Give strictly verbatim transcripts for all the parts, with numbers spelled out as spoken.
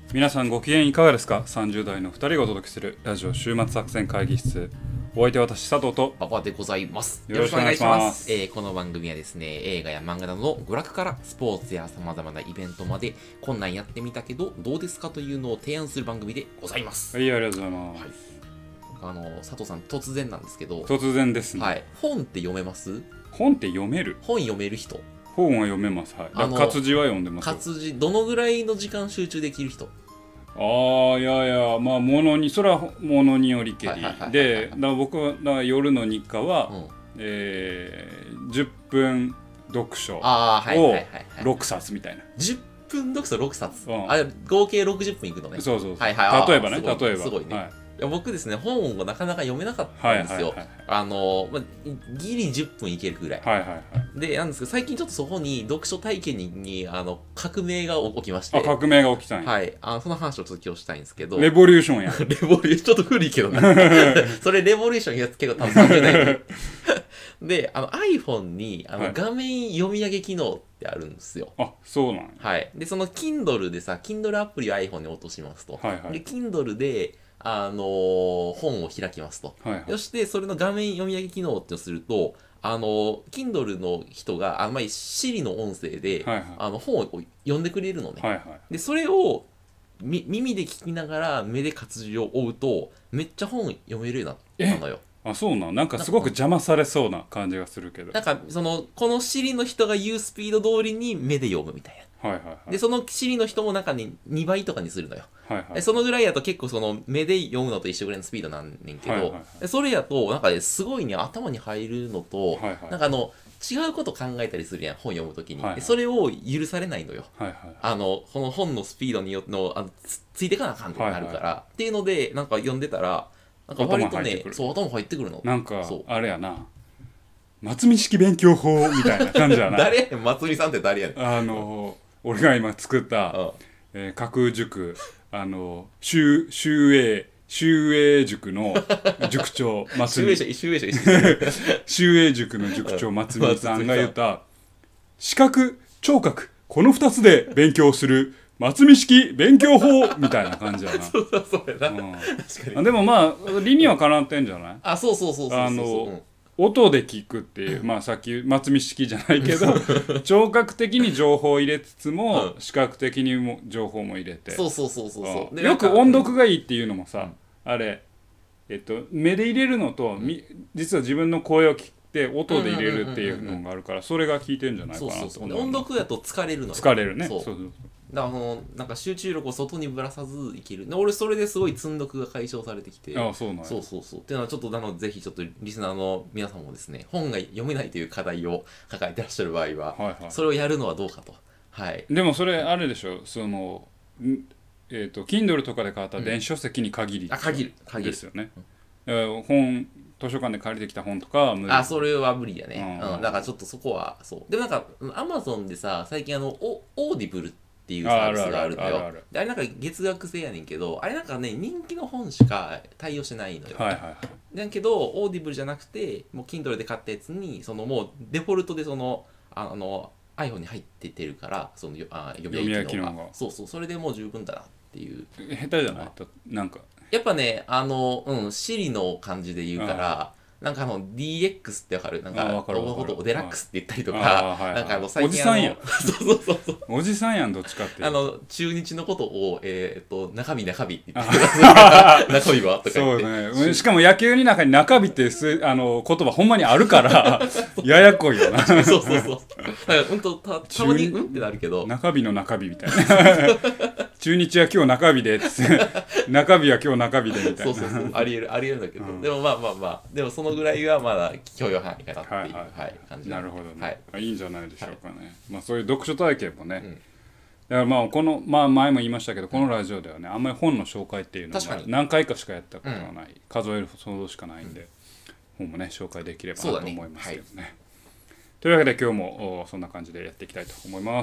皆さんご機嫌いかがですか？さんじゅう代のふたりがお届けするラジオ週末作戦会議室。お相手は私佐藤と馬場でございます。 よろしくお願いします。 えー、この番組はですね、映画や漫画などの娯楽からスポーツや様々なイベントまで、こんなんやってみたけどどうですかというのを提案する番組でございます。 はい、ありがとうございます。 はい、あの佐藤さん、突然なんですけど、 突然ですね。 はい、本って読めます？ 本って読める？ 本読める人？ 本は読めます。はい。あの活字は読んでます。 活字どのぐらいの時間集中できる人？ ああ、いやいや、まあものにそれはものによりけりで、だから僕はだから夜の日課は、うん、えー、じゅっぷん読書をろくさつみたいな。 じゅっぷん読書ろくさつ、うん、あれ合計ろくじゅっぷんいくのね。 そうそうそう、 はいはい、 例えばね、例えばすごいね、はい、いや僕ですね、本をなかなか読めなかったんですよ。 はいはいはい、 あの、まあ、ギリじゅっぷんいけるぐらい、 はいはいはい、 でなんですけど、最近ちょっとそこに読書体験ににあの革命が起きまして。 あ、革命が起きたんや。 はい、あのその話をちょっと今日したいんですけど。 レボリューションや。 レボリューションちょっと古いけどねそれレボリューションやつ結構多分さんじゅう代にで、あの iPhone にあの画面読み上げ機能ってあるんですよ。 あ、そうなんや。 はい。で、その Kindle でさ、Kindle アプリを iPhone に落としますと。 はいはい、 で、Kindle で、あのー、本を開きますと。はいはい、そして、それの画面読み上げ機能ってすると、あのー、Kindle の人が、あの、まあ、Siri の音声で、はいはい、あの本を読んでくれるのね。はいはい、で、それをみ耳で聞きながら目で活字を追うと、めっちゃ本読めるようになったのよ。 あ、そうなん。なんかすごく邪魔されそうな感じがするけど、 なんかそのこのSiriの人が言うスピード通りに目で読むみたいな。はいはいはい、でそのSiriの人もなんかににばいとかにするのよ。はいはい、そのぐらいやと結構その目で読むのと一緒ぐらいのスピードなんねんけど、はいはいはい、それやとなんかねすごいね頭に入るのと、はいはい、なんかあの違うこと考えたりするやん、本読むときに、はいはい、それを許されないのよ。はいはい、あのこの本のスピードによってのあの つ, ついてかなあかんってなるから、はいはい、っていうのでなんか読んでたらなんか割とね、そう頭入ってくるの。 なんかあれやな、松見式勉強法みたいな感じやな誰やねん、松見さんって誰やねん。 あの俺が今作った、うん、えー、架空塾、あの修英修英塾の塾長松見修英修英塾の塾長松見さんが言った視覚聴覚このふたつで勉強する松見式勉強法みたいな感じやな。 そうそうそうやな、うん、 確かに。でもまあ理にはかなってんじゃない？ あ、そうそうそうそうそう。あの、うん、 音で聞くっていう、まあさっき松見式じゃないけど聴覚的に情報を入れつつも、うん、視覚的にも情報も入れて、 そうそうそうそうそう、 うん、よく音読がいいっていうのもさ、うん、あれ、えっと、目で入れるのと、うん、実は自分の声を聞で音で入れるっていうのがあるから、それが効いてるんじゃないかなと思う。 そうそうそう、音読だと疲れるのよ。 疲れるね。 そうそうそう。だからそのなんか集中力を外にぶらさず生きる。俺それですごい積んどくが解消されてきて。 ああ、そうなんや。 そうそうそう。っていうのはちょっとなので、ぜひちょっとリスナーの皆さんもですね、本が読めないという課題を抱えてらっしゃる場合は、はいはい、それをやるのはどうかと。はい。 でもそれあれでしょ、そのえっと Kindle とかで買った電子書籍に限り、 うん、あ、限る限るですよね。うん、本図書館で借りてきた本とかは無理。 あ、それは無理やね、うんうん、だからちょっとそこはそうでもなんか Amazon でさ最近あのオーディブルっていうサービスがあるのよ。あれなんか月額制やねんけど、あれなんかね人気の本しか対応してないのよ。はいはいはい。だけどオーディブルじゃなくてもう Kindle で買ったやつにそのもうデフォルトでそのあの iPhone に入っててるからそのあ読み上げ機能が、そうそう、それでもう十分だなっていう。 下手じゃない？なんかやっぱね、あの、うん、Siri の感じで言うから、なんかあの ディーエックス ってわかる？なんか、のことをデラックスって言ったりとか、なんかあの最近あの、おじさんやん。そうそうそうそう。 おじさんやん、どっちかっていう。 あの、中日のことを、えっと、中身中身って言って中身はとか言って。 そうね。しかも野球に中に中身ってすあの言葉ほんまにあるから、ややこいよな。 そうそうそう。だからほんと、たたまにうんってなるけど。 中身の中身みたいな。中日は今日中日でっつって中日は今日中日でみたいな。 そうそうそう、ありえるありえるんだけど、うん、でもまあまあまあでもそのぐらいはまだ許容範囲かなっていう、はいはいはい、感じ。 なるほどね、はい、いいんじゃないでしょうかね、はい、まあそういう読書体験もね、うん、だからまあこの、まあ、前も言いましたけどこのラジオではねあんまり本の紹介っていうのが何回かしかやったことがない、うん、数えるほどしかないんで、うん、本もね紹介できればなと思いますけどね、ね、はい、というわけで今日もそんな感じでやっていきたいと思います。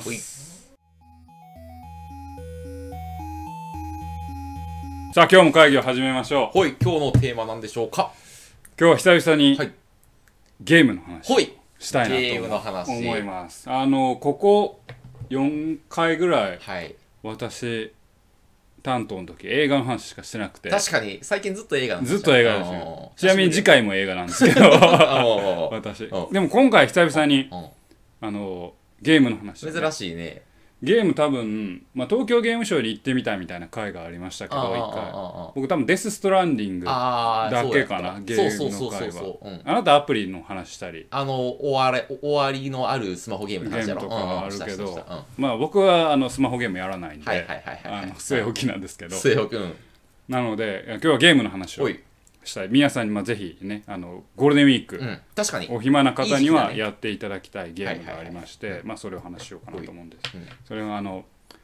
さあ今日も会議を始めましょう。はい、今日のテーマなんでしょうか。 今日は久々にゲームの話をしたいなとゲームの話思います。あのここよんかいぐらい、はい、私担当の時映画の話しかしてなくて、 確かに最近ずっと映画なんですよずっと映画ですよ。ちなみに次回も映画なんですけど私でも今回久々にあのゲームの話、 ね、珍しいね。 ゲーム多分、まあ、東京ゲームショウに行ってみたいみたいな回がありましたけど、一回僕多分デスストランディングだけかな、ゲームの回は。あなたアプリの話したり、 あの終われ終わりのあるスマホゲームの話やろ、 ゲームとかあるけど、まあ僕はあのスマホゲームやらないんで据え置きなんですけど、 据え置き、うん、 なので今日はゲームの話をしたい。皆さんにまあぜひね、あのゴールデンウィーク、うん、 確かにお暇な方にはやっていただきたいゲームがありまして、まあそれを話しようかなと思うんです。うん、それはあの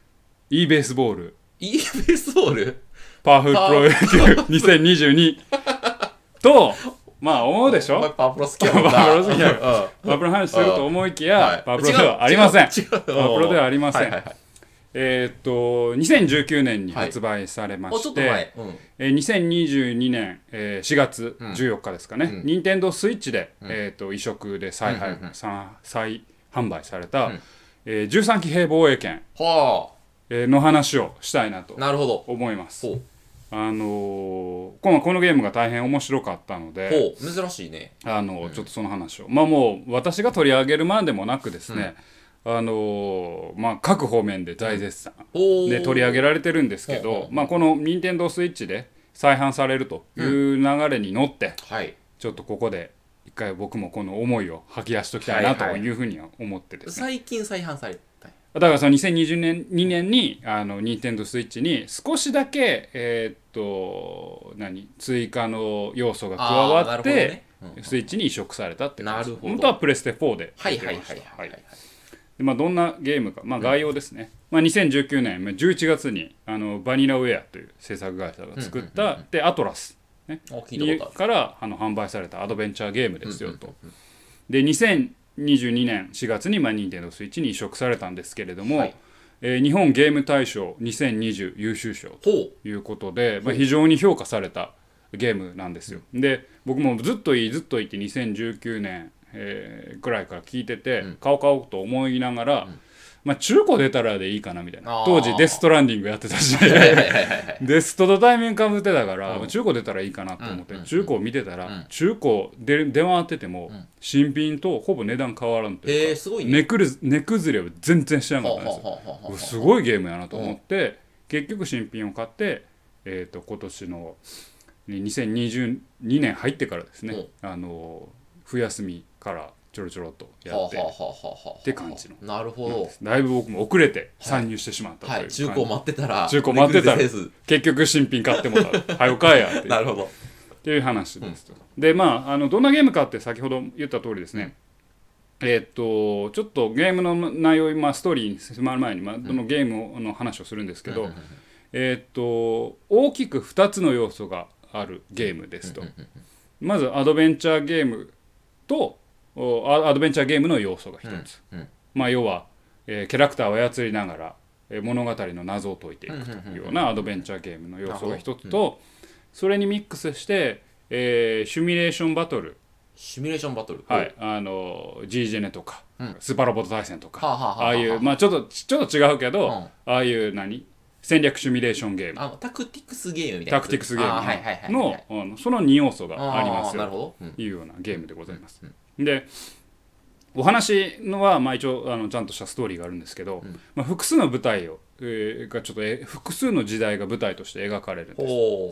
e ベースボール e ベースボールパワフルプロ野球にせんにじゅうにとまあ思うでしょ。 パワプロ好きやもんな。 パワプロ好きや。パワプロの話すると思いきや、パワプロではありません。パワプロではありません。えっとにせんじゅうきゅうねんに発売されまして、えにせんにじゅうにねんしがつじゅうよっかですかね、任天堂スイッチでえっと移植で再再販売されたじゅうさんき兵防衛権の話をしたいなと思います。あのー、このゲームが大変面白かったので、 珍しいね。 あのー、ちょっとその話を、まあもう私が取り上げるまでもなくですね、うん、あのー、まあ各方面で大絶賛で取り上げられてるんですけど、まあこの任天堂スイッチで再販されるという流れに乗って、うん、はい、ちょっとここで一回僕もこの思いを吐き出しときたいなというふうには思ってですね、 はいはい、最近再販された。 だからそのにせんにじゅうにねんにあの任天堂スイッチに少しだけえー、っと何追加の要素が加わって、ね、うん、スイッチに移植されたって感じ。本当はプレステフォーで出てました。で、まあ、どんなゲームか、まあ、概要ですね、うん、まあ、にせんじゅうきゅうねんじゅういちがつにあのバニラウェアという制作会社が作った、うんうんうんうん、でアトラス、ね、からあの販売されたアドベンチャーゲームですよと、うんうんうんうん、でにせんにじゅうにねんしがつにまあ任天堂スイッチに移植されたんですけれども、はい、えー、日本ゲーム大賞にせんにじゅう優秀賞ということで、まあ、非常に評価されたゲームなんですよ。で僕もずっといいずっといいってにせんじゅうきゅうねん、えー、くらいから聞いてて、うん、買おう買おうと思いながら、うん、まあ、中古出たらでいいかなみたいな。当時デストランディングやってたしデストとタイミングかぶってたから、うん、中古出たらいいかなと思って、うん、中古を見てたら、うん、中古で出回ってても、うん、新品とほぼ値段変わらんというか、えーすごいね、値くる値崩れを全然しなかったんですよ。すごいゲームやなと思って、うん、結局新品を買って、えー、と今年のにせんにじゅうにねん入ってからですね、うん、あの冬休みからちょろちょろっとやってって感じの。 なるほど。 だいぶ僕も遅れて参入してしまったという、はいはい、 中古を待ってたら中古待ってたら結局新品買ってもらうはよ買えやっていうなるほどっていう話です、うん、でまああのどんなゲームかって先ほど言った通りですね、うん、えー、っとちょっとゲームの内容、まあ、ストーリーに進まる前に、まあ、どのゲームの話をするんですけど、うん、えー、っと大きくふたつの要素があるゲームですと、まずアドベンチャーゲームとアドベンチャーゲームの要素が一つ、うんうん、まあ要は、えー、キャラクターを操りながら、えー、物語の謎を解いていくというようなアドベンチャーゲームの要素が一つと、それにミックスして、えー、シミュレーションバトルシミュレーションバトル、 はい、あの G ジェネとか、うん、スーパーロボット対戦とか、ああいうまあちょっとちょっと違うけど、うん、ああいう何戦略シミュレーションゲーム、 あのタクティクスゲームみたいな、 タクティクスゲームの、あのそのに要素がありますよというようなゲームでございます。うんうん、でお話のは、まあ、一応あのちゃんとしたストーリーがあるんですけど、うん、まあ、複数の舞台を、えー、がちょっとえ複数の時代が舞台として描かれるんです。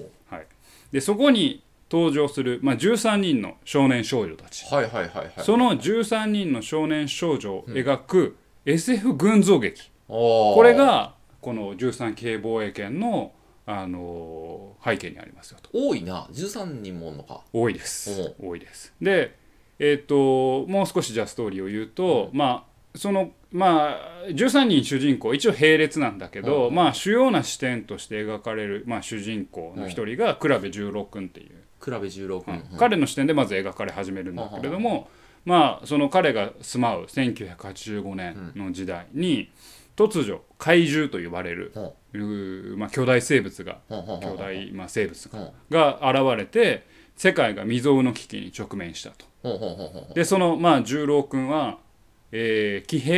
はい、でそこに登場する、まあ、じゅうさんにんの少年少女たち、 はいはいはいはい、 そのじゅうさんにんの少年少女を描く エスエフ 群像劇、うん、これがこのじゅうさんき兵防衛権の、あのー、背景にありますよと。 多いな、じゅうさんにんもおんのか。 多いです、多いです。でえー、ともう少しじゃあストーリーを言うと、うん、まあそのまあじゅうさんにん主人公一応並列なんだけど、うん、まあ主要な視点として描かれる、まあ、主人公の一人が倉部十郎君っていう、 倉部十郎君、 うん、彼の視点でまず描かれ始めるんだけれども、うん、まあその彼が住まうせんきゅうひゃくはちじゅうごねんの時代に、うん、突如怪獣と呼ばれる、うんまあ、巨大生物が、うん、巨大、まあ、生物が、うん、が現れて世界が未曾有の危機に直面したと。でそのまあ十郎君は、えー、騎兵と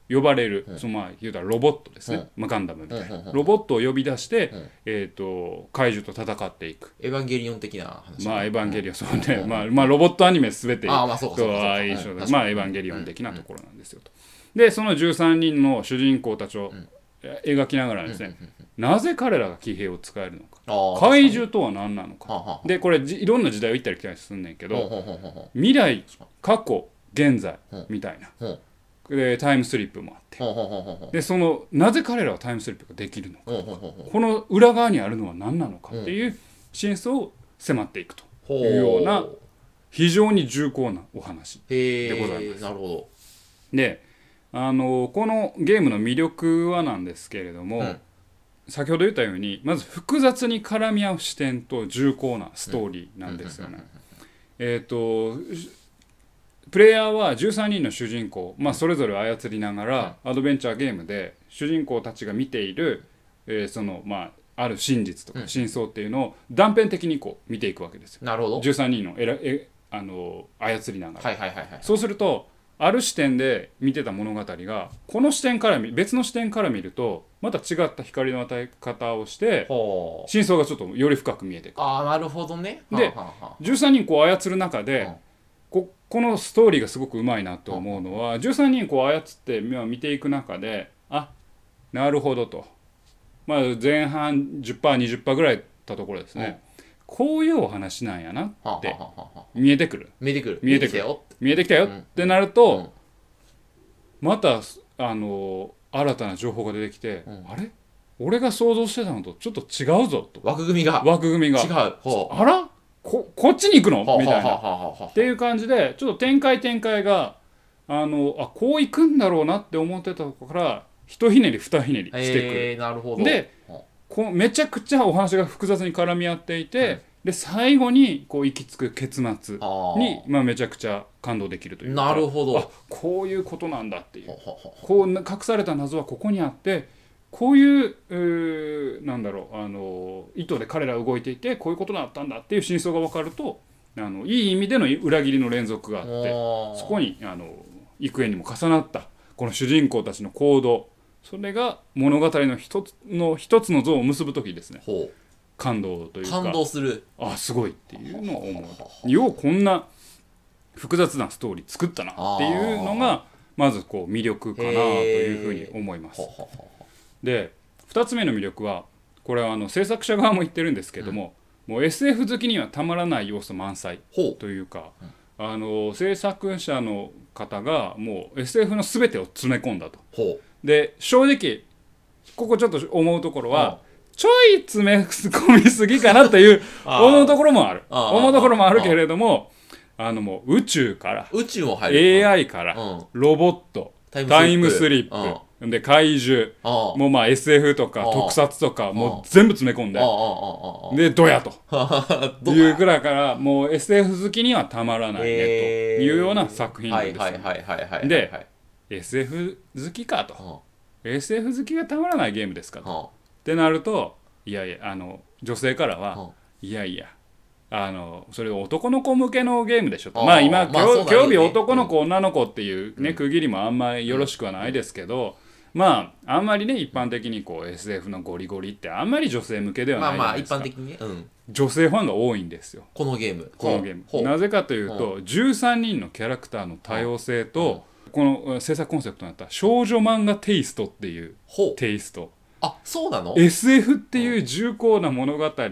呼ばれる、うん、そのまあ言うたらロボットですね、うんまあ、ガンダムみたいな、うんうんうん、ロボットを呼び出して、うんえー、と怪獣と戦っていくエヴァンゲリオン的な話まあエヴァンゲリオン、うん、そうね、うんまあ、まあロボットアニメ全てと相性でまあエヴァンゲリオン的なところなんですよと。でそのじゅうさんにんの主人公たちを描きながらですね、うんうんうんうん、なぜ彼らが騎兵を使えるのか、怪獣とは何なのか、ははでこれいろんな時代を行ったり来たりすんねんけど、はははは未来過去現在みたいな、ははでタイムスリップもあって、ははははでそのなぜ彼らはタイムスリップができるのか、ははははこの裏側にあるのは何なのかっていう真相を迫っていくというような非常に重厚なお話でございます。 なるほど。 であのこのゲームの魅力はなんですけれども、うん、先ほど言ったようにまず複雑に絡み合う視点と重厚なストーリーなんですよね。えっとプレイヤーはじゅうさんにんの主人公、まあ、それぞれ操りながらアドベンチャーゲームで主人公たちが見ている、えーそのまあ、ある真実とか真相っていうのを断片的にこう見ていくわけですよ。 なるほど。 じゅうさんにんのえらえあの操りながら、 はいはいはいはい、 そうするとある視点で見てた物語がこの視点から別の視点から見るとまた違った光の与え方をして真相がちょっとより深く見えてくる。 ああなるほどね。 で、はあはあ、じゅうさんにんこう操る中で、はあこ, このストーリーがすごくうまいなと思うのはじゅうさんにんこう操って見ていく中であなるほどと、まあ、前半 じゅっパーセントにじゅっパーセント ぐらいたところですね、うん、こういうお話なんやなって見えてくる見えてくる見えてきたよ見えてきたよってなると、うん、またあの新たな情報が出てきて、うん、あれ俺が想像してたのとちょっと違うぞと枠組みが枠組みが違うあらこ, こっちに行くのみたいなっていう感じでちょっと展開展開があのあこう行くんだろうなって思ってたところから一ひねり二ひねりしてくる、 えー、なるほど。 でこめちゃくちゃお話が複雑に絡み合っていて、うん、で最後にこう行き着く結末にまあ、めちゃくちゃ感動できるというかなるほどあこういうことなんだっていうこう隠された謎はここにあってこういう、えー、なんだろうあの意図で彼ら動いていてこういうことだったんだっていう真相が分かるとあのいい意味での裏切りの連続があってそこにあの幾重にも重なったこの主人公たちの行動それが物語の一つの一つの像を結ぶ時ですね感動というか感動するあすごいっていうのを思うようこんな複雑なストーリー作ったなっていうのがまずこう魅力かなというふうに思います。でふたつめの魅力はこれはあの制作者側も言ってるんですけども、うん、もう エスエフ 好きにはたまらない要素満載というか、うん、あの制作者の方がもう エスエフ の全てを詰め込んだと。で正直ここちょっと思うところはちょい詰め込みすぎかなという思うところもある思うところもあるけれどもあのもう宇宙から宇宙も入るエーアイ からロボットタイムスリップで怪獣もうまあ エスエフ とか特撮とかもう全部詰め込んででドヤというぐらいからもう エスエフ 好きにはたまらないねというような作品なんですよ。で エスエフ 好きかと エスエフ 好きがたまらないゲームですかとってなるといやいやあの女性からはいやいやあのそれ男の子向けのゲームでしょとまあ今今日男の子女の子っていうね区切りもあんまりよろしくはないですけどまああんまりね一般的にこう エスエフ のゴリゴリってあんまり女性向けではないじゃないですか。 まあまあ一般的にね、うん、 女性ファンが多いんですよこのゲームこのゲームなぜかというとじゅうさんにんのキャラクターの多様性とこの制作コンセプトになった少女漫画テイストっていうテイストあそうなのエスエフ っていう重厚な物語、うん、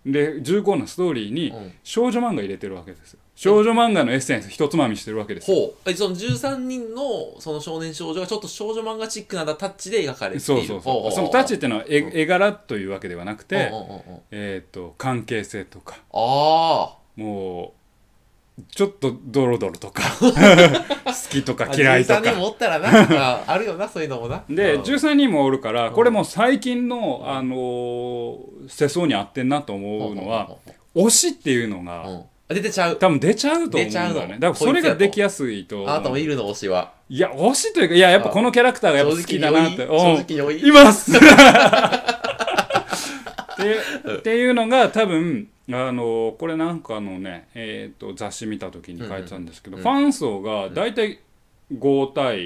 で重厚なストーリーに少女漫画入れてるわけですよ。少女漫画のエッセンス一つまみしてるわけですよ。 ほうえそのじゅうさんにんのその少年少女がちょっと少女漫画チックなタッチで描かれている。 そうそうそうそのタッチっていうのは 絵,、うん、絵柄というわけではなくて、うんうんうん、えーと関係性とかあもうちょっとドロドロとか好きとか嫌いとかじゅうさんにんもおったらなあるよなそういうのもなでじゅうさんにんもおるからこれも最近の、あのー、世相に合ってんなと思うのは推しっていうのが、うん出てちゃう多分出ちゃうと思うんだよね。だからそれができやすいとあなたもいるの推しはいや推しというかいややっぱこのキャラクターがやっぱ好きだなって正直良いいますってっていうのが多分あのこれなんかのね、えー、と雑誌見た時に書いてたんですけど、うんうん、ファン層がだいたいご対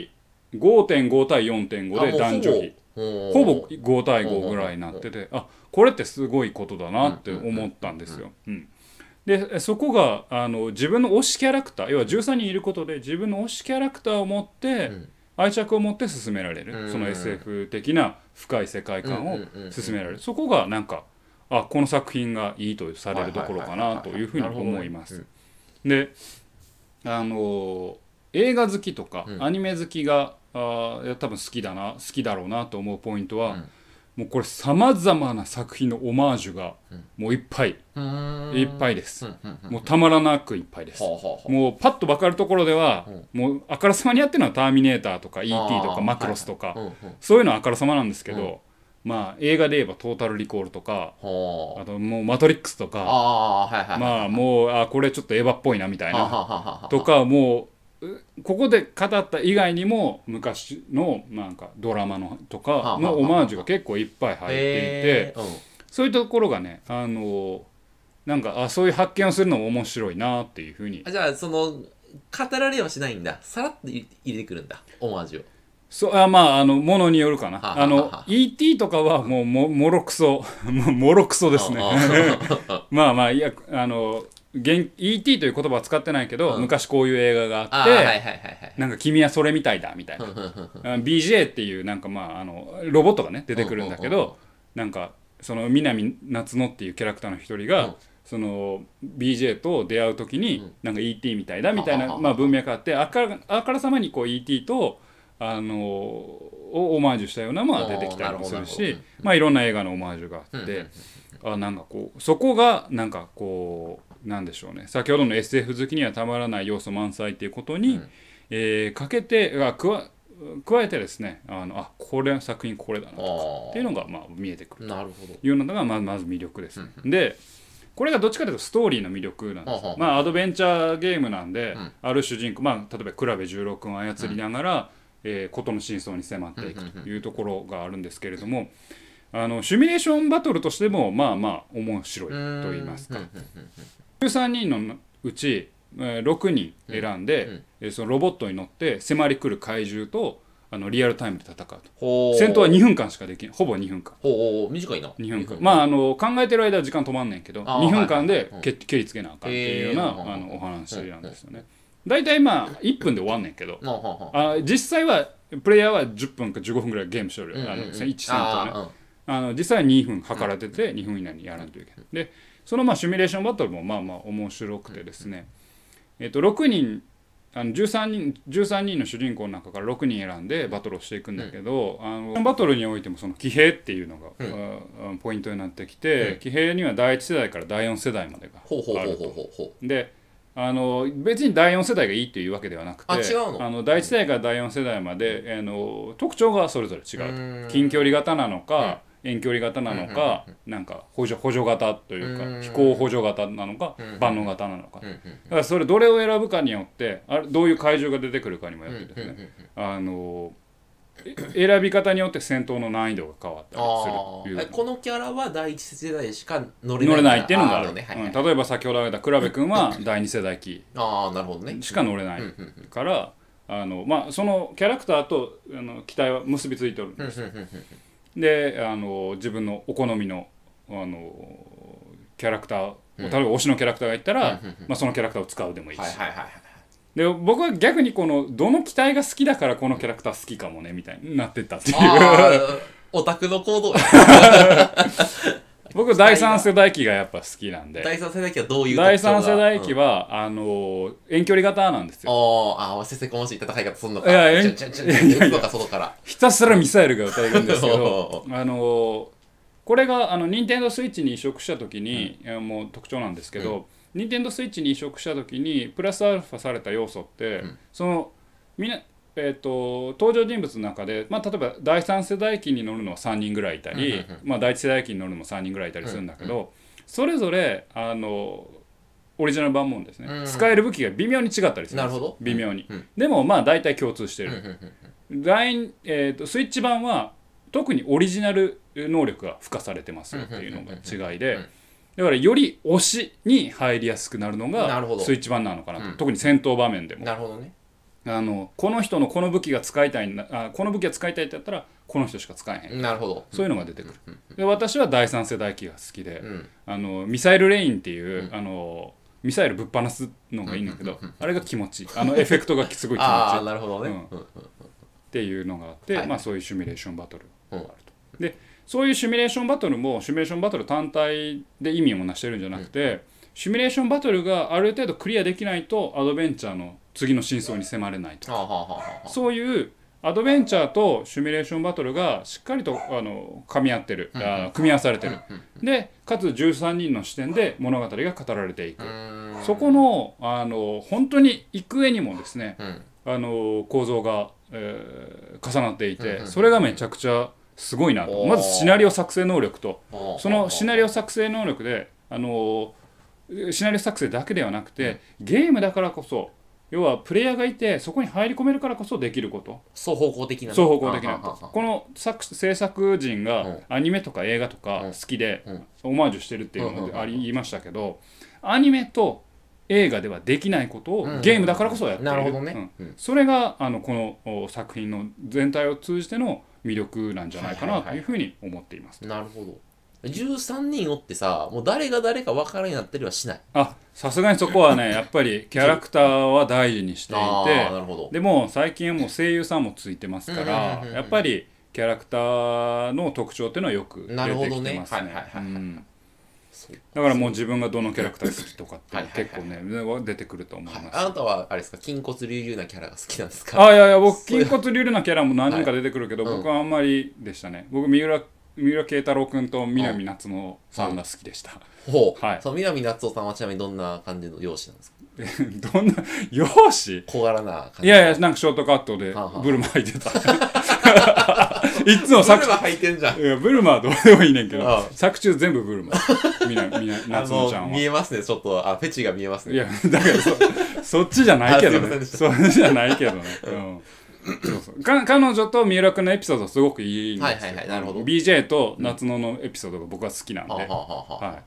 ごてんご 対 よんてんご で男女比ほぼご対ごぐらいになってて、あこれってすごいことだなって思ったんですよ。うんでそこがあの自分の推しキャラクター要はじゅうさんにんいることで自分の推しキャラクターを持って、うん、愛着を持って進められる、うん、その エスエフ 的な深い世界観を進められる、そこがなんかあこの作品がいいとされるところかなというふうに思います。であの映画好きとか、うん、アニメ好きがあ多分好きだな好きだろうなと思うポイントは、うんもうこれさまざまな作品のオマージュがもういっぱい、うん、いっぱいです、うんうんうん、もうたまらなくいっぱいです、うん、もうパッと分かるところでは、うん、もうあからさまにやってるのはターミネーターとか イーティー とかマクロスとか、はいはいうんうん、そういうのはあからさまなんですけど、うん、まあ映画で言えばトータルリコールとか、うん、あともうマトリックスとかあ、はいはいはい、まあもうあこれちょっとエヴァっぽいなみたいなとかもうここで語った以外にも昔のなんかドラマのとかのオマージュが結構いっぱい入っていて、そういうところがねあのなんかあそういう発見をするのも面白いなっていうふうに。 じゃあその語られはしないんだ、さらっと入れてくるんだオマージュを。 そうあまああのものによるかな。ははははあの イーティー とかはもうももろくそもろくそですね。まあまあいやあのイーティー という言葉は使ってないけど、うん、昔こういう映画があって、はいはいはいはい、なんか君はそれみたいだみたいなビージェー っていうなんかまああのロボットがね出てくるんだけど、なんかその南夏乃っていうキャラクターの一人が、うん、その ビージェー と出会う時に、うん、なんか イーティー みたいだみたいな、まあ、文脈があってあからあからさまにこう イーティー とあのをオマージュしたようなのが出てきたりもするし、まあいろんな映画のオマージュがあって、あなんかこうそこがなんかこうなんでしょうね先ほどの エスエフ 好きにはたまらない要素満載っていうことに、うんえー、かけてあ加加えてですねあのあこれ作品これだなとかっていうのがまあ見えてくるというのがまずまず魅力です、うん、でこれがどっちかというとストーリーの魅力なんです、うん、まあアドベンチャーゲームなんで、うん、ある主人公まあ例えば倉部十六を操りながら、うんえー、事の真相に迫っていくというところがあるんですけれどもあのシミュレーションバトルとしてもまあまあ面白いと言いますかじゅうさんにんのうちろくにん選んで、うん、そのロボットに乗って迫り来る怪獣とあのリアルタイムで戦うと戦闘はにふんかんしかできないほぼにふんかんほう短いなにふんかんまああの考えてる間は時間止まんねんけどにふんかんで蹴りつけなあかんっていうようなあのお話なんですよねだいたいまあいっぷんで終わんねんけどあ実際はプレイヤーはじゅっぷんかじゅうごふんぐらいゲームしとる、うんうんうん、あのいち戦闘ねあの実際はにふん計られててにふん以内にやらないといけないでそのまあシミュレーションバトルもまあまあ面白くてですね、えっとろくにんあのじゅうさんにんじゅうさんにんの主人公の中からろくにん選んでバトルをしていくんだけど、うん、あのバトルにおいてもその騎兵っていうのが、うん、ポイントになってきて、うん、騎兵にはだいいち世代からだいよん世代までがあるとであの別にだいよん世代がいいっていうわけではなくてあ違うのあのだいいち世代からだいよん世代まであの特徴がそれぞれ違うと近距離型なのか、うん遠距離型なのか、なんか補助補助型というか飛行補助型なのか万能型なのかだからそれどれを選ぶかによってあれどういう怪獣が出てくるかにもよってですねあの選び方によって戦闘の難易度が変わったりするこのキャラはだいいち世代しか乗れない乗れないっていうのがある、ねはいはいうん、例えば先ほど挙げた倉部君はだいに世代機しか乗れないからあの、まあ、そのキャラクターとあの機体は結びついてるんですよであの自分のお好みのあのキャラクターを、うん、例えば推しのキャラクターがいったら、まあ、そのキャラクターを使うでもいいし、はいはいはいはい、で僕は逆にこのどの機体が好きだからこのキャラクター好きかもねみたいになってったっていうオタクの行動僕だいさん世代機がやっぱ好きなんでだいさん世代機はどういう特徴がだいさん世代機は、うん、あの遠距離型なんですよああせせこましい戦い方すんのかいやいやいやいやいや外からひたすらミサイルが撃たれるんですけどあのこれがあの任天堂スイッチに移植した時に、うん、もう特徴なんですけど、うん、任天堂スイッチに移植した時にプラスアルファされた要素って、うん、そのみなえー、と登場人物の中で、まあ、例えばだいさん世代機に乗るのはさんにんぐらいいたり、うんうんうんまあ、だいいち世代機に乗るのもさんにんぐらいいたりするんだけど、うんうん、それぞれあのオリジナル版もですね、うんうん、使える武器が微妙に違ったりするんです。 なるほど微妙に、 うんうん、 でもまあ大体共通してる、うんうんうんえー、とスイッチ版は特にオリジナル能力が付加されてますよっていうのが違いでだからより推しに入りやすくなるのがスイッチ版なのかなと、うん、特に戦闘場面でもなるほどねあのこの人のこの武器が使いたいなあこの武器が使いたいってやったらこの人しか使えへん。 なるほど。 そういうのが出てくる。で私はだいさん世代機が好きで、うん、あのミサイルレインっていう、うん、あのミサイルぶっ放すのがいいんだけど、あれが気持ちいい。あのエフェクトがすごい気持ちいい。 ああなるほどね、 うん、っていうのがあって、はい、まあそういうシミュレーションバトルがあると。でそういうシミュレーションバトルもシミュレーションバトル単体で意味をなしてるんじゃなくて、うん、シミュレーションバトルがある程度クリアできないとアドベンチャーの次の真相に迫れないとか、そういうアドベンチャーとシミュレーションバトルがしっかりとあの噛み合ってる、うん、あ組み合わされてる、うん、でかつじゅうさんにんの視点で物語が語られていく、そこの、あの本当に幾重にもですね、うん、あの構造が、えー、重なっていて、うん、それがめちゃくちゃすごいなと。まずシナリオ作成能力と、そのシナリオ作成能力であのシナリオ作成だけではなくて、うん、ゲームだからこそ要はプレイヤーがいてそこに入り込めるからこそできること、 双方向的な双方向的なこの作制作陣がアニメとか映画とか好きでオマージュしてるっていうのがありましたけど、アニメと映画ではできないことをゲームだからこそやっている。 なるほどね、 うん、それがあのこの作品の全体を通じての魅力なんじゃないかなというふうに思っています。 なるほど。じゅうさんにんおってさ、もう誰が誰か分からんようになったりはしない？ あ、さすがにそこはねやっぱりキャラクターは大事にしていて、 なるほど。 でも最近はもう声優さんもついてますから、うんうんうんうん、やっぱりキャラクターの特徴っていうのはよく出てきてますね。だからもう自分がどのキャラクター好きとかって結構ね出てくると思います。 あなたはあれですか、筋骨隆々なキャラが好きなんですか？ あ、いやいや僕筋骨隆々なキャラも何人か出てくるけど、はい、僕はあんまりでしたね。僕三浦三浦慶太郎君と南夏夫さんが好きでした。 ほう、はい、そう南夏夫さんはちなみにどんな感じの容姿なんですか？ どんな容姿？ 小柄な感じ。 いやいや、なんかショートカットでブルマ履いてた。いつも作中ブルマ履いてんじゃん。 いやブルマはどうでもいいねんけど、作中全部ブルマ。みなみな夏夫ちゃんは。 見えますね、ちょっとあフェチが見えますね。 いやだからそそっちじゃないけどね。そっちじゃないけどね。うんそうそうか彼女と三浦君のエピソードすごくいいんですよ。 はいはいはい、なるほど。 ビージェー と夏野のエピソードが僕は好きなんで、うん、はい、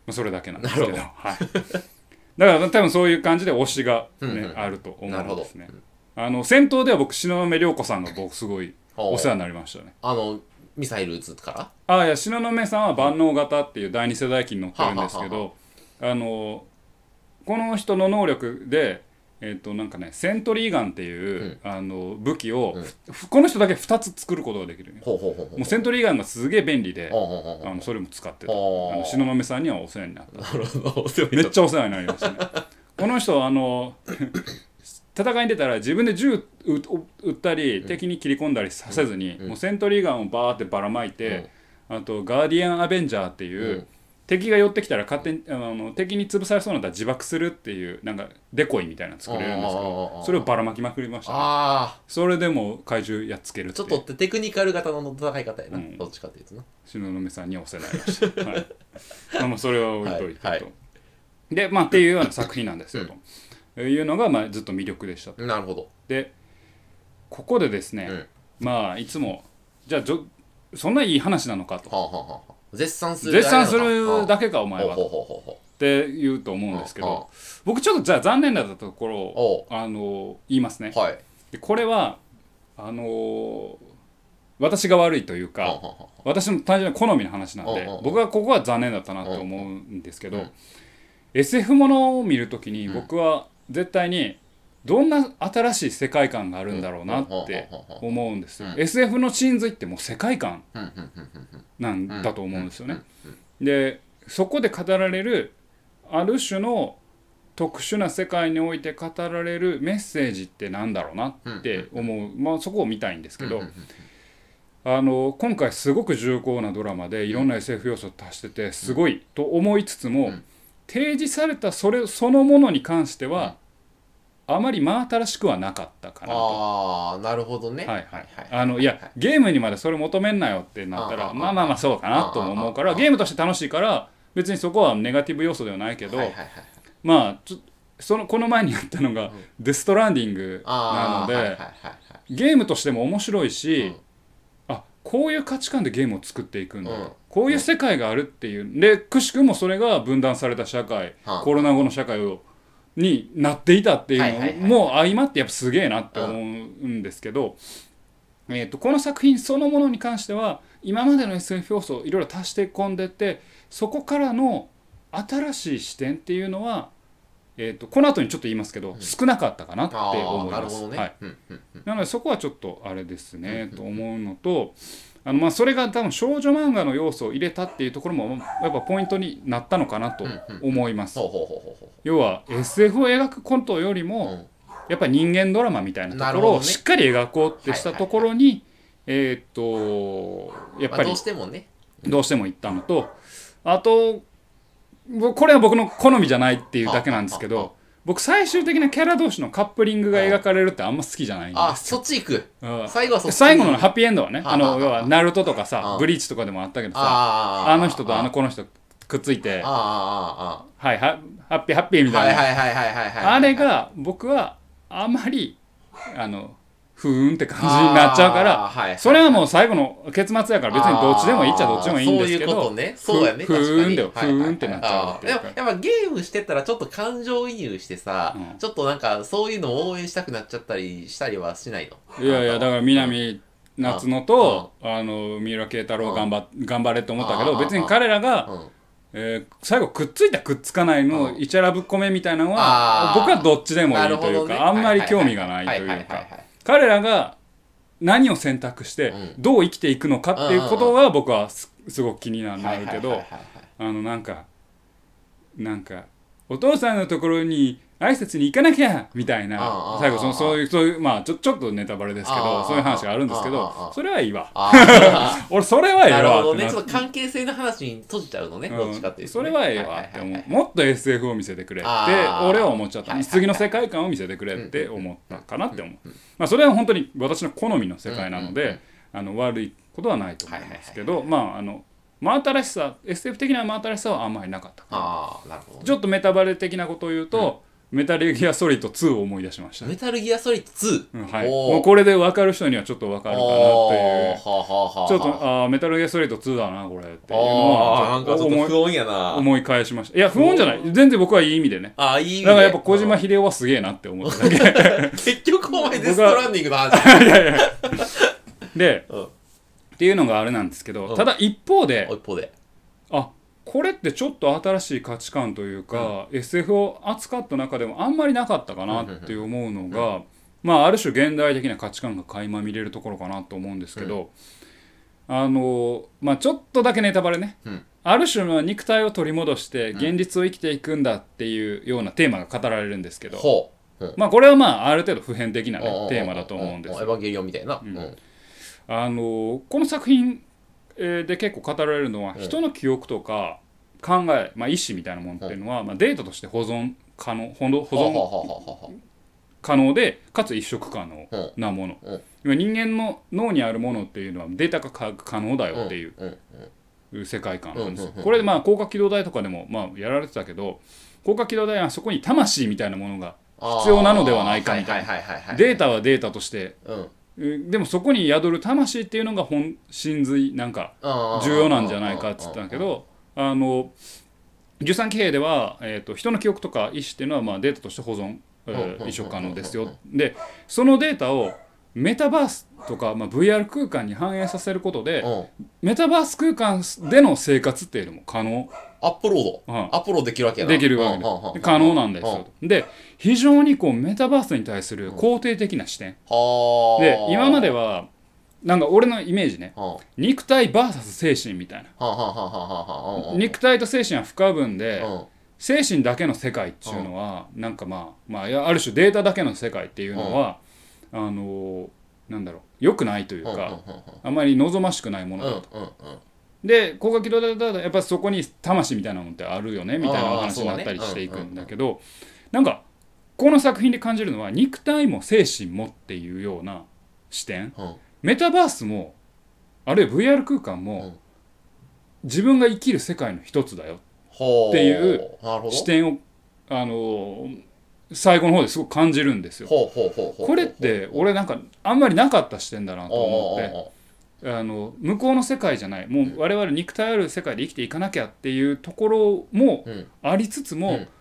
それだけなんですけど、はい、だから多分そういう感じで推しが、ね、うんうん、あると思うんですね。あの戦闘では僕東雲涼子さんが僕すごいお世話になりましたね。 あのミサイル撃つからあいや東雲さんは万能型っていうだいに世代機に乗ってるんですけど、あのこの人の能力でえーとなんかね、セントリーガンっていう、うん、あの武器を、うん、この人だけふたつ作ることができる、ね、 ほうほうほうほう。 もうセントリーガンがすげえ便利で、ほうほうほうほう、あのそれも使ってた。あの東雲さんにはお世話になった。 なるほど、 めっちゃお世話になりましたね。この人あの戦いに出たら自分で銃撃ったり、うん、敵に切り込んだりさせずに、うん、もうセントリーガンをバーってばらまいて、うん、あとガーディアンアベンジャーっていう、うん、敵が寄ってきたら勝手にあの敵に潰されそうになったら自爆するっていうなんかデコイみたいなの作れるんですけど、それをばらまきまくりましたね。あそれでも怪獣やっつけるってちょっとテクニカル型の戦い方やな、うん、どっちかっていうとな。 東雲さんにお世話になりました、はいまあ、まあそれは置いといてと、はいはい、でまあっていうような作品なんですよ、うんというのがまあずっと魅力でしたと。 なるほど。 でここでですね、うん、まあいつもじゃあじょそんないい話なのかと、はあはあはあ、 絶賛する絶賛するだけかお前はって言うと思うんですけど、僕ちょっとじゃあ残念だったところをあの言いますね、はい、でこれはあの私が悪いというか私の単純な好みの話なんで僕はここは残念だったなと思うんですけど、 エスエフ ものを見るときに僕は絶対にどんな新しい世界観があるんだろうなって思うんですよ、うん、エスエフ の真髄ってもう世界観なんだと思うんですよね。でそこで語られるある種の特殊な世界において語られるメッセージってなんだろうなって思う、まあそこを見たいんですけど、あの今回すごく重厚なドラマでいろんな エスエフ 要素を足しててすごいと思いつつも、提示されたそれそのものに関してはあまり真新しくはなかったかなと。 ああ、なるほどね。 はいはい。あのいやゲームにまでそれ求めんなよってなったらまあまあまあそうかなとも思うから、ゲームとして楽しいから別にそこはネガティブ要素ではないけど、まあちょそのこの前にやったのがデストランディングなのでゲームとしても面白いし、あこういう価値観でゲームを作っていくんだ、こういう世界があるっていうで、くしくもそれが分断された社会、コロナ後の社会をになっていたっていうのも相まってやっぱすげえなって思うんですけど、えーとこの作品そのものに関しては今までの エスエフ 要素をいろいろ足して込んでってそこからの新しい視点っていうのは、えーとこの後にちょっと言いますけど、うん、少なかったかなって思います。なのでそこはちょっとあれですね、うん、と思うのと、あのまあそれが多分少女漫画の要素を入れたっていうところもやっぱポイントになったのかなと思います。要は エスエフ を描くコントよりも、うんやっぱり人間ドラマみたいなところをしっかり描こうってしたところに、ねはいはいはい、えー、っとやっぱり、まあ、どうしてもねどうしても言ったのと、あとこれは僕の好みじゃないっていうだけなんですけど、はあはあはあ、僕最終的なキャラ同士のカップリングが描かれるってあんま好きじゃないんですよ。あそっち行く、うん、最後はそっち最後のハッピーエンドはね、はあはあ、あの要はナルトとかさ、はあ、ブリーチとかでもあったけどさ あ, あの人とあのこの人くっついてあああはいハッピーハッピーみたいなあれが僕はあまりあのふーんって感じになっちゃうから、はいはい、それはもう最後の結末やから別にどっちでもいいっちゃどっちでもいいんですけど、そういうことね、そうやね、ふーんでふーんってなっちゃうっていうか、やっぱゲームしてたらちょっと感情移入してさ、うん、ちょっとなんかそういうのを応援したくなっちゃったりしたりはしないの？いやいやだから南夏野とあの三浦慶太郎頑張頑張れって思ったけど、別に彼らが、うんえー、最後くっついたくっつかないのイチャラぶっこめみたいなのは僕はどっちでもいいというか、ね、あんまり興味がないというか、彼らが何を選択してどう生きていくのかっていうことは僕は す, すごく気になるけど、あのなんかなんかお父さんのところに挨拶に行かなきゃみたいな最後そのそういうそういうまあちょちょっとネタバレですけどそういう話があるんですけど、それはいいわ俺それはいいわってなるほどね、ちょっと関係性の話に閉じちゃうのね、どっちかっていう、それはいいわって思う。もっと エスエフ を見せてくれって俺は思っちゃった。次の世界観を見せてくれって思ったかなって思う。まあそれは本当に私の好みの世界なのであの悪いことはないと思いますけど、まああの真新しさ エスエフ 的な真新しさはあんまりなかった。あなるほど、ね、ちょっとメタバレ的なことを言うと、うん、メタルギアソリッドツーを思い出しました。メタルギアソリッドツー、うんはい、もうこれで分かる人にはちょっと分かるかなっていう、ちょっとあメタルギアソリッドツーだなこれっていうのはなんかちょっと不穏やな思い返しました。いや不穏じゃない、全然僕はいい意味でね。あいい意味でだからやっぱ小島秀夫はすげえなって思っただけ結局お前デストランディングの話いやいやで、うん、っていうのがあれなんですけど、うん、ただ一方で一方であこれってちょっと新しい価値観というか、うん、エスエフ を扱った中でもあんまりなかったかなって思うのが、うん、まあある種現代的な価値観が垣間見れるところかなと思うんですけど、うん、あのまあちょっとだけネタバレね、うん、ある種の肉体を取り戻して現実を生きていくんだっていうようなテーマが語られるんですけど、うん、まあこれはまあある程度普遍的な、ね、テーマだと思うんですよ。エヴァンゲリオンみたいな、うん、あのこの作品で結構語られるのは、うん、人の記憶とか考え、まあ、意思みたいなものっていうのは、うんまあ、データとして保存可能保存可能でかつ一色可能なもの、うん、人間の脳にあるものっていうのはデータ化可能だよっていう、うんうん、世界観なんですよ。これでまあ高架機動隊とかでもまあやられてたけど、高架機動隊はそこに魂みたいなものが必要なのではないかみたいな、データはデータとして、うんでもそこに宿る魂っていうのが本真髄なんか重要なんじゃないかっつったんだけど、あのじゅうさん騎兵では、えー、と人の記憶とか意思っていうのはまあデータとして保存、えー、移植可能ですよ。でそのデータをメタバースとか、まあ、ブイアール 空間に反映させることでメタバース空間での生活っていうのも可能。アップロード、うん、アップロードできるわけやな。できるわけで可能なんですよ。で非常にこうメタバースに対する肯定的な視点、うん、で今まではなんか俺のイメージね、うん、肉体 ブイエス 精神みたいな、肉体と精神は不可分で、うん、精神だけの世界っていうのは、うん、なんかまあ、まあ、ある種データだけの世界っていうのは、うん、あのなんだろう良くないというか、あんまり望ましくないものだと、うんうんうんで高架機動隊だとやっぱそこに魂みたいなものってあるよねみたいなお話になったりしていくんだけど、なんかこの作品で感じるのは肉体も精神もっていうような視点、うん、メタバースもあるいは ブイアール 空間も、うん、自分が生きる世界の一つだよっていう視点をあの最後の方ですごく感じるんですよ。これって俺なんかあんまりなかった視点だなと思って。あの向こうの世界じゃないもう我々肉体ある世界で生きていかなきゃっていうところもありつつも、うん、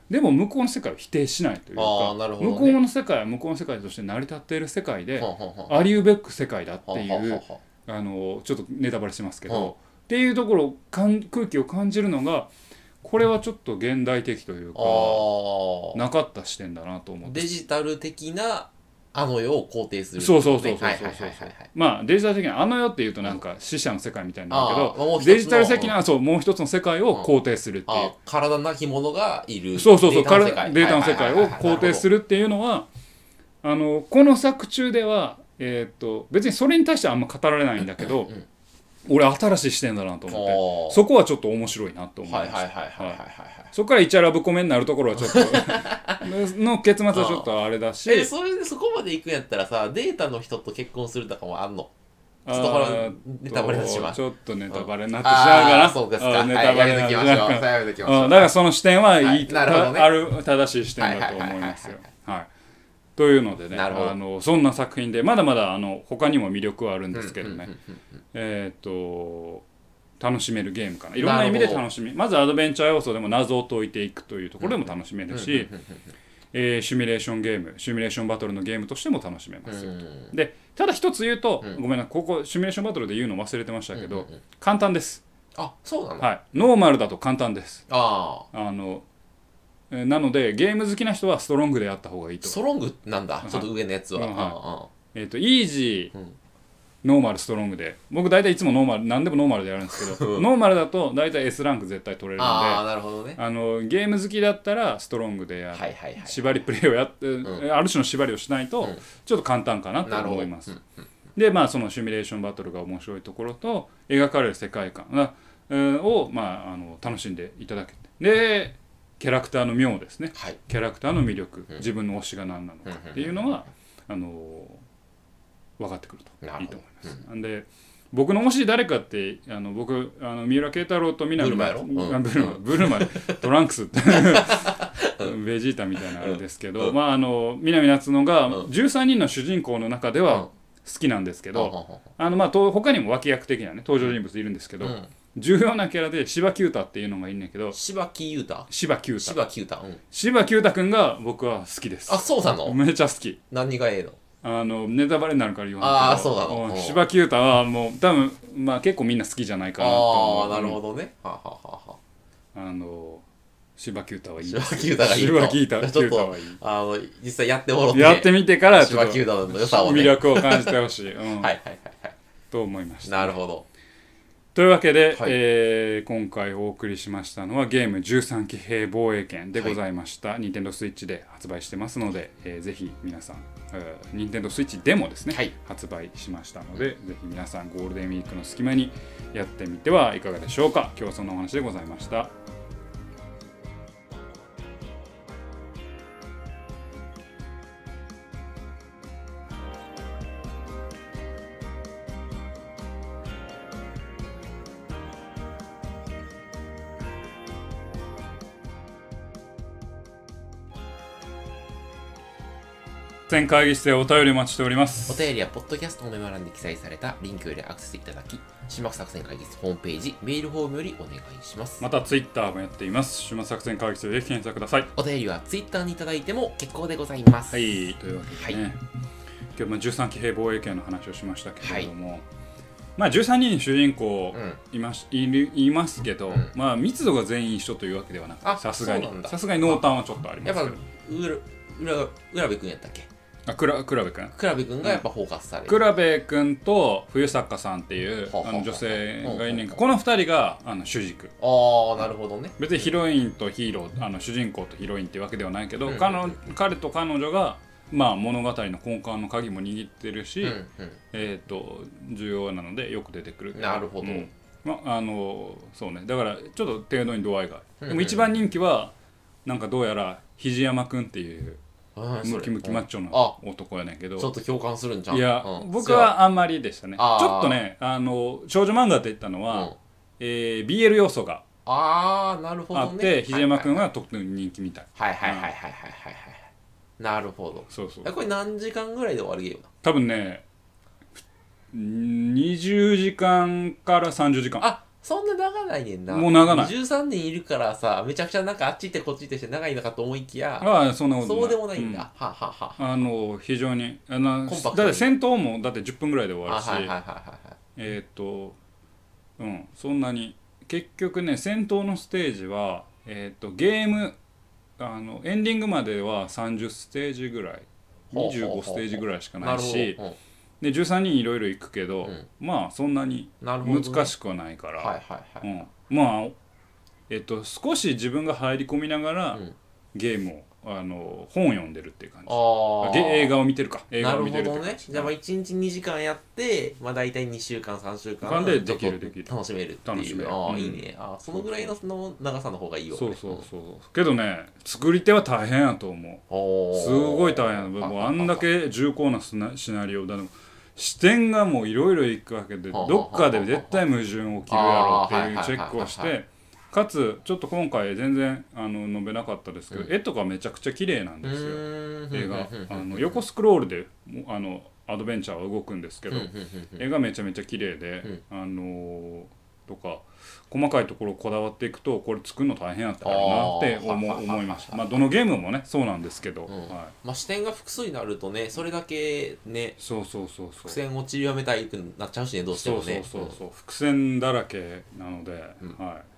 でも向こうの世界を否定しないというか、 ね、 向こうの世界は向こうの世界として成り立っている世界でありうべく世界だっていうあのちょっとネタバレしますけどっていうところ空気を感じるのがこれはちょっと現代的というかなかった視点だなと思って。 デジタル的なあの世を肯定する、 ね、そうそうそうそうそうそうまあデジタル的なあの世っていうとなんか死者の世界みたいになるけど、うん、デジタル的な、うん、そうもう一つの世界を肯定するっていう、うん、 体なきものがいるそうそうそうデータの世界を肯定するっていうのはあのこの作中では、えー、と別にそれに対してはあんま語られないんだけど、うん、俺新しい視点だなと思ってそこはちょっと面白いなと思いましたそこからイチャラブコメになるところはちょっとの結末はちょっとあれだしえそれでそこまでいくんやったらさデータの人と結婚するとかもあんのちょっとこれネタバレになってしまうちょっとネタバレになってしまうかな、 うん、そうですかネタバレになってしまう、はい、やめときましょう、 だからその視点はいい、はい、なるほどね、ある正しい視点だと思いますよというのでねあのそんな作品でまだまだあの他にも魅力はあるんですけどねえっと楽しめるゲームかないろんな意味で楽しみまずアドベンチャー要素でも謎を解いていくというところでも楽しめるし、えー、シミュレーションゲームシミュレーションバトルのゲームとしても楽しめますよとでただ一つ言うと、うん、ごめんなここシミュレーションバトルで言うの忘れてましたけど、うんうんうん、簡単ですあそうなの、 はい、ノーマルだと簡単ですああの、えー、なのでゲーム好きな人はストロングでやった方がいいとストロングなんだ、はい、ちょっと上のやつは、うんはいあえー、とイージー、うんノーマルストロングで僕大体いつもノーマル何でもノーマルでやるんですけどノーマルだと大体 S ランク絶対取れるんであなるほど、ね、 あのゲーム好きだったらストロングでやる、はいはいはい、縛りプレイをやって、うん、ある種の縛りをしないと、うん、ちょっと簡単かなと思います、うんうん、でまあそのシミュレーションバトルが面白いところと描かれる世界観が、うん、を、まあ、あの楽しんでいただけてでキャラクターの妙ですね、はい、キャラクターの魅力、うん、自分の推しが何なのかっていうのは、うん、あの分かってくるといいと思います。なんで僕の推し誰かってあの僕あの三浦慶太郎と南ブルマやろ、うん、ブルマブルマトランクスってベジータみたいなあれですけど、うん、まああの南夏野がじゅうさんにんの主人公の中では好きなんですけど、うん、あのまあ他にも脇役的なね登場人物いるんですけど、うん、重要なキャラで柴九太っていうのがいるんだけど柴木優太柴九太柴九太、うん、 柴九太くんが僕は好きです。 あそうなのめっちゃ好き。 何がええのあのネタバレになるから言わないけどああそうなの柴九太はもう多分、まあ、結構みんな好きじゃないかなと思う。 ああなるほどねははははあの柴九太はいいです柴九太がいい柴九太ちょっとあの実際やってもろてやってみてから柴九太の良さをね魅力を感じてほしい、うん、 はいはいはいはいと思いました。 なるほど。 というわけで、はいえー、今回お送りしましたのはゲームじゅうさん騎兵防衛権でございました、はい、Nintendo Switch で発売してますので、えー、ぜひ皆さん、えー、Nintendo Switch でもですね、はい、発売しましたので、ぜひ皆さんゴールデンウィークの隙間にやってみてはいかがでしょうか。今日はそんなお話でございました。全会議室でお便りお待ちしております。 お便りはポッドキャストのメモ欄で記載されたリンクよりアクセスいただき、終末作戦会議室ホームページメールフォームよりお願いします。 またツイッターもやっています。終末作戦会議室で検索ください。 お便りはツイッターにいただいても結構でございます。 はいというわけでね、はい、今日もじゅうさん騎兵防衛権の話をしましたけれども、はい、まあじゅうさんにん主人公います、うん、いるいますけど、うん、まあ密度が全員一緒というわけではなくて、さすがにさすがに濃淡はちょっとありますけど、やっぱ浦部君やったっけ。 あくら倉部君倉部君がやっぱフォーカスされる。 倉部君と冬坂さんっていうあの女性がいんねんけど、このふたりがあの主軸。 ああなるほどね。 別にヒロインとヒーローあの主人公とヒロインっていうわけではないけど、うんうんうん、彼, 彼と彼女が、まあ、物語の根幹の鍵も握ってるし、うんうん、えー、と重要なのでよく出てくる。 なるほど、 うんまあのそうね、だからちょっと程度に度合いがある、うんうん、でも一番人気はなんかどうやら肘山君っていうムキムキマッチョの男やねんけど、 ちょっと共感するんじゃん。 いや、うん、僕はあんまりでしたね。ちょっとねあの少女漫画って言ったのは、うんえー、ビーエル 要素があーなるほど、ね、 あって肘山君は特に人気みたい。 はいはいはいはいはいはいはい、うん、なるほど。 そうそう。 これ何時間ぐらいで終わるゲームだ。 多分ねにじゅうじかんからさんじゅうじかん。 あそんな長ないねんな。 もう長ない。 じゅうさんにんいるからさ、めちゃくちゃなんかあっち行ってこっち行ってして長いのかと思いきや、 ああ、そんなことない。そうでもないんだ。うん、ははははあの、非常に、あの、だって戦闘もだってじゅっぷんぐらいで終わるし、えっと、うん、そんなに。結局ね、戦闘のステージは、えっと、ゲーム、あの、エンディングまではさんじゅうステージぐらい、にじゅうごステージぐらいしかないし、でじゅうさんにんいろいろ行くけど、うん、まあそんなに難しくはないから、まあえっと少し自分が入り込みながら、うん、ゲームをあの本を読んでるっていう感じ。あ映画を見てるか映画を見てるって感じ。 なるほどね。じゃあまあいちにちにじかんやってまあ大体にしゅうかんさんしゅうかんでできるできる楽しめるっていう。ああ、うん、いいね。あそのぐらいのその長さの方がいいよ、ね、 そうそうそう、うん、けどね作り手は大変やと思う。すごい大変。もうあんだけ重厚なシナリオだ。視点がもういろいろいくわけで、どっかで絶対矛盾起きるやろっていうチェックをして、かつちょっと今回全然あの述べなかったですけど、絵とかめちゃくちゃ綺麗なんですよ。絵があの横スクロールであのアドベンチャーは動くんですけど、絵がめちゃめちゃ綺麗で、あのとか細かいところをこだわっていくとこれ作るの大変やったからなって思思いました。まあどのゲームもねそうなんですけど、うん、はい、 まあ視点が複数になるとねそれだけね、 そうそうそうそう、 伏線を散りばめたいくなっちゃうしね、どうしてもね。 そうそうそうそう、うん、伏線だらけなので、うん、はい、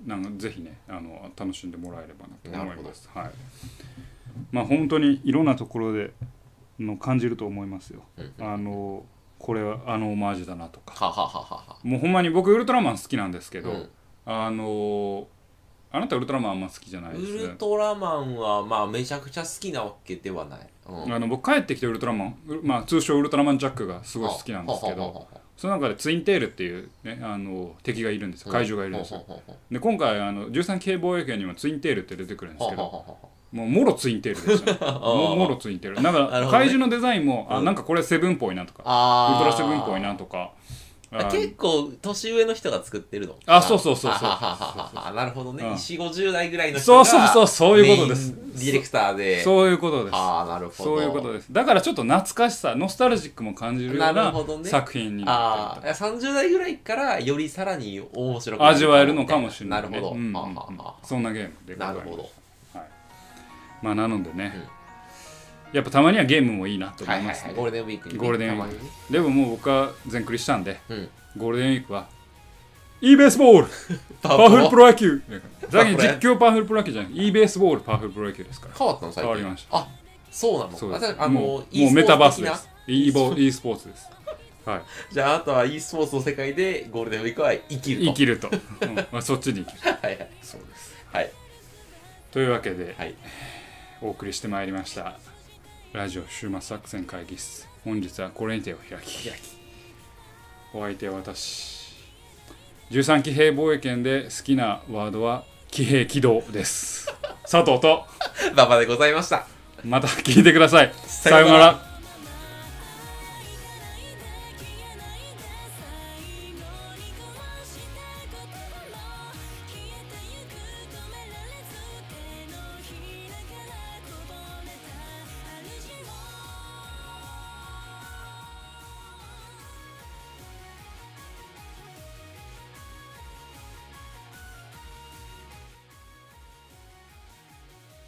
なんかぜひねあの楽しんでもらえればなと思います。はい、まあ本当にいろんなところでの感じると思いますよ。うん、あのこれはあのオマージュだなとか、 ははははもうほんまに僕ウルトラマン好きなんですけど、うん、あのあなたウルトラマンあんま好きじゃないですね。 ウルトラマンはまあめちゃくちゃ好きなわけではない、 うん、あの僕帰ってきてウルトラマン、まあ、通称ウルトラマンジャックがすごい好きなんですけど、その中でツインテールっていう、ね、あの敵がいるんですよ、怪獣がいるんですよ。で今回あのじゅうさん系防衛圏にもツインテールって出てくるんですけど、もうもろツインテールでしたね。ももろツインテール。なんか怪獣のデザインも、あ、なんかこれセブンっぽいなとか、ウルトラセブンっぽいなとか。 結構年上の人が作ってるの。 あ、そうそうそうそう。 なるほどね。よんじゅう、ごじゅう代ぐらいの人がそうそうそう、そういうことです。 ディレクターで。 そういうことです。 ああ、なるほど。 そういうことです。だからちょっと懐かしさ、ノスタルジックも感じるような作品になってる。ああ、さんじゅう代ぐらいからよりさらに面白く味わえるのかもしれない。 なるほど。 そんなゲームでございます。 なるほど。 まあなのでね、やっぱたまにはゲームもいいなと思いますね。 ゴールデンウィークにゴールデンウィークでももう僕は全クリしたんで、ゴールデンウィークは e ベースボールパワフルプロ野球最近実況パワフルプロ野球じゃない e ベースボールパワフルプロ野球ですから。 変わったの最近。 変わりました。 あ、そうなの。 そうです。 あのもうメタバースです。e スポーツです。はい。 じゃああなたは e スポーツの世界でゴールデンウィークは生きると。 生きると。まあそっちに生きる。 はいはい。 そうです。 はい。 というわけで、 はい、 お送りしてまいりましたラジオ終末作戦会議室。本日はこれにてお開き。 開きお相手は私、じゅうさん騎兵防衛圏で好きなワードは騎兵起動です佐藤と馬場でございました。 また聞いてください。さようなら。